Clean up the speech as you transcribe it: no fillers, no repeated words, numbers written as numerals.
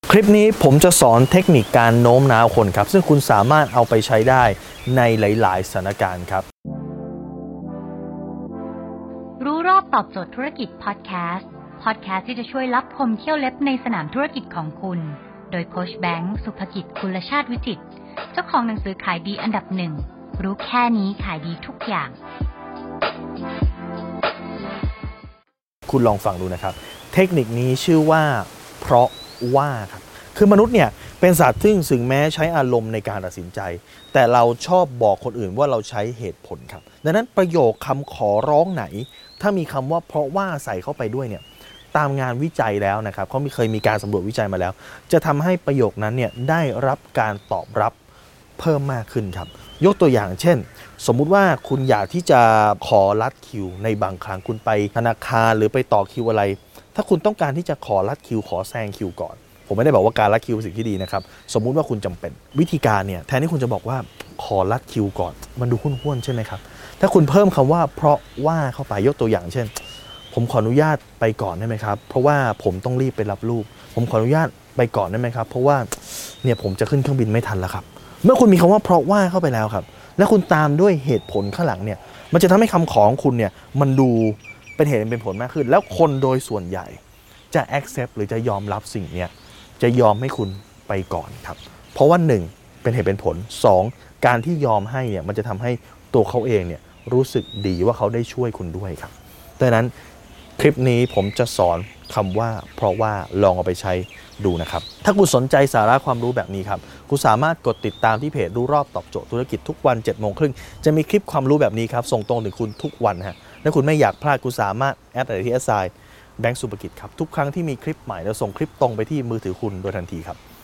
คลิปนี้ผมจะสอนเทคนิคการโน้มน้าวคนครับซึ่งคุณสามารถเอาไปใช้ได้ในหลายๆสถานการณ์ครับรู้รอบตอบโจทย์ธุรกิจพอดแคสต์ที่จะช่วยลับคมเที่ยวเล็บในสนามธุรกิจของคุณโดยโค้ชแบงค์สุภกิจกุลชาติวิจิตรเจ้าของหนังสือขายดีอันดับหนึ่งรู้แค่นี้ขายดีทุกอย่างคุณลองฟังดูนะครับเทคนิคนี้ชื่อว่าเพราะว่าครับคือมนุษย์เนี่ยเป็นสัตว์ซึ่งถึงแม้ใช้อารมณ์ในการตัดสินใจแต่เราชอบบอกคนอื่นว่าเราใช้เหตุผลครับดังนั้นประโยคคำขอร้องไหนถ้ามีคำว่าเพราะว่าใส่เข้าไปด้วยเนี่ยตามงานวิจัยแล้วนะครับเขาเคยมีการสำรวจวิจัยมาแล้วจะทำให้ประโยคนั้นเนี่ยได้รับการตอบรับเพิ่มมากขึ้นครับยกตัวอย่างเช่นสมมุติว่าคุณอยากที่จะขอลัดคิวในบางครั้งคุณไปธนาคารหรือไปต่อคิวอะไรถ้าคุณต้องการที่จะขอลัดคิวขอแซงคิวก่อนผมไม่ได้บอกว่าการลัดคิวเป็นสิ่งที่ดีนะครับสมมุติว่าคุณจำเป็นวิธีการเนี่ยแทนที่คุณจะบอกว่าขอลัดคิวก่อนมันดูห้วนๆใช่ไหมครับถ้าคุณเพิ่มคำว่าเพราะว่าเข้าไปยกตัวอย่างเช่นผมขออนุญาตไปก่อนได้ไหมครับเพราะว่าผมต้องรีบไปรับลูกผมขออนุญาตไปก่อนได้ไหมครับเพราะว่าเนี่ยผมจะขึ้นเครื่องบินไม่ทันแล้วครับเมื่อคุณมีคำว่าเพราะว่าเข้าไปแล้วครับและคุณตามด้วยเหตุผลข้างหลังเนี่ยมันจะทำให้คำขอของคุณเนี่ยมันดูเป็นเหตุเป็นผลมากขึ้นแล้วคนโดยส่วนใหญ่จะ accept หรือจะยอมรับสิ่งนี้จะยอมให้คุณไปก่อนครับเพราะว่า1เป็นเหตุเป็นผล2การที่ยอมให้เนี่ยมันจะทำให้ตัวเขาเองเนี่ยรู้สึกดีว่าเขาได้ช่วยคุณด้วยครับดังนั้นคลิปนี้ผมจะสอนคำว่าเพราะว่าลองเอาไปใช้ดูนะครับถ้าคุณสนใจสาระความรู้แบบนี้ครับคุณสามารถกดติดตามที่เพจรู้รอบตอบโจทย์ธุรกิจทุกวัน 7:30 นจะมีคลิปความรู้แบบนี้ครับส่งตรงถึงคุณทุกวันฮะถ้าคุณไม่อยากพลาดคุณสามารถแอดอะไรที่แอดไซน์แบงค์สุภกิจครับทุกครั้งที่มีคลิปใหม่เราส่งคลิปตรงไปที่มือถือคุณโดยทันทีครับ